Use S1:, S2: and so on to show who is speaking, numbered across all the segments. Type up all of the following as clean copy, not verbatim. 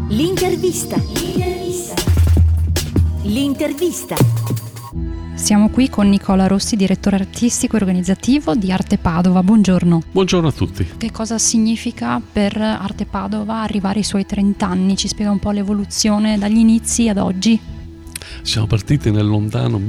S1: L'intervista.
S2: Siamo qui con Nicola Rossi, direttore artistico e organizzativo di Arte Padova. Buongiorno.
S3: Buongiorno a tutti.
S2: Che cosa significa per Arte Padova arrivare ai suoi 30 anni? Ci spiega un po' l'evoluzione dagli inizi ad oggi?
S3: Siamo partiti nel lontano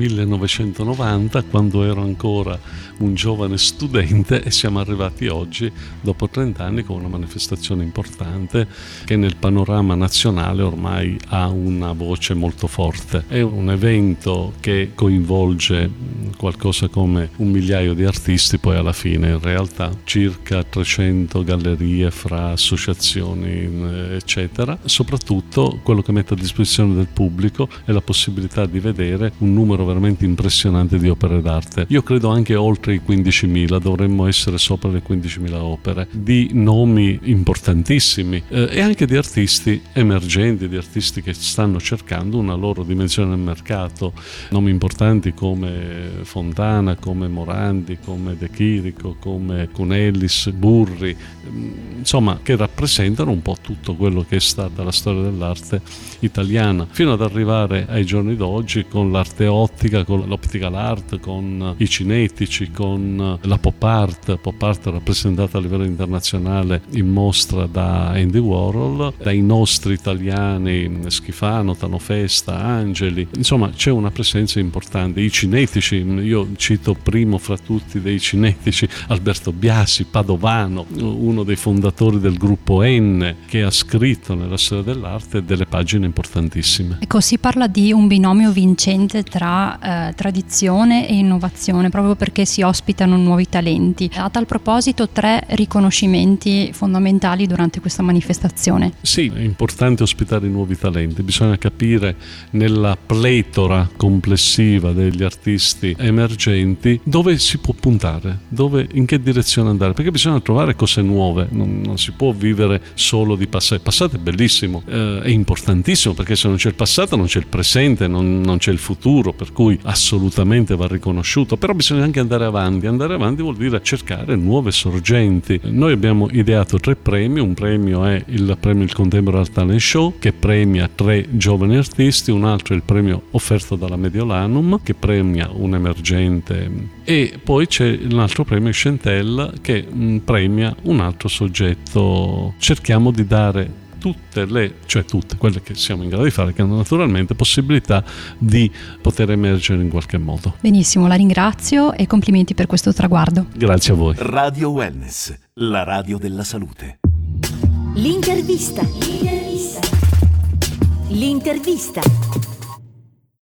S3: 1990, quando ero ancora un giovane studente, e siamo arrivati oggi, dopo 30 anni, con una manifestazione importante che nel panorama nazionale ormai ha una voce molto forte. È un evento che coinvolge qualcosa come 1 migliaio di artisti, poi alla fine in realtà circa 300 gallerie fra associazioni eccetera. Soprattutto quello che mette a disposizione del pubblico è la possibilità di vedere un numero veramente impressionante di opere d'arte. Io credo anche oltre i 15.000, dovremmo essere sopra le 15.000 opere, di nomi importantissimi e anche di artisti emergenti, di artisti che stanno cercando una loro dimensione nel mercato, nomi importanti come Fontana, come Morandi, come De Chirico, come Cunellis, Burri, insomma, che rappresentano un po' tutto quello che è stata la storia dell'arte italiana, fino ad arrivare ai giorni d'oggi con l'arte ottica, con l'optical art, con i cinetici, con la pop art rappresentata a livello internazionale in mostra da Andy Warhol, dai nostri italiani Schifano, Tanofesta, Angeli, insomma c'è una presenza importante. I cinetici, io cito primo fra tutti dei cinetici Alberto Biasi, padovano, uno dei fondatori del gruppo N, che ha scritto nella storia dell'arte delle pagine importantissime.
S2: Ecco, si parla di un binomio vincente tra tradizione e innovazione, proprio perché si ospitano nuovi talenti. A tal proposito, 3 riconoscimenti fondamentali durante questa manifestazione.
S3: Sì, è importante ospitare i nuovi talenti, bisogna capire nella pletora complessiva degli artisti emergenti dove si può puntare, in che direzione andare, perché bisogna trovare cose nuove, non si può vivere solo di passato. Il passato è bellissimo, è importantissimo, perché se non c'è il passato non c'è il presente, non c'è il futuro, per cui assolutamente va riconosciuto, però bisogna anche andare avanti vuol dire cercare nuove sorgenti. Noi abbiamo ideato 3 premi. Un premio è il premio Il Contemporary Talent Show, che premia 3 giovani artisti, un altro è il premio offerto dalla Mediolanum, che premia un emergente, e poi c'è un altro premio Scentella, che premia un altro soggetto. Cerchiamo di dare tutte quelle che siamo in grado di fare, che hanno naturalmente possibilità di poter emergere in qualche modo.
S2: Benissimo, la ringrazio e complimenti per questo traguardo.
S3: Grazie a voi.
S4: Radio Wellness, la radio della salute.
S1: L'intervista.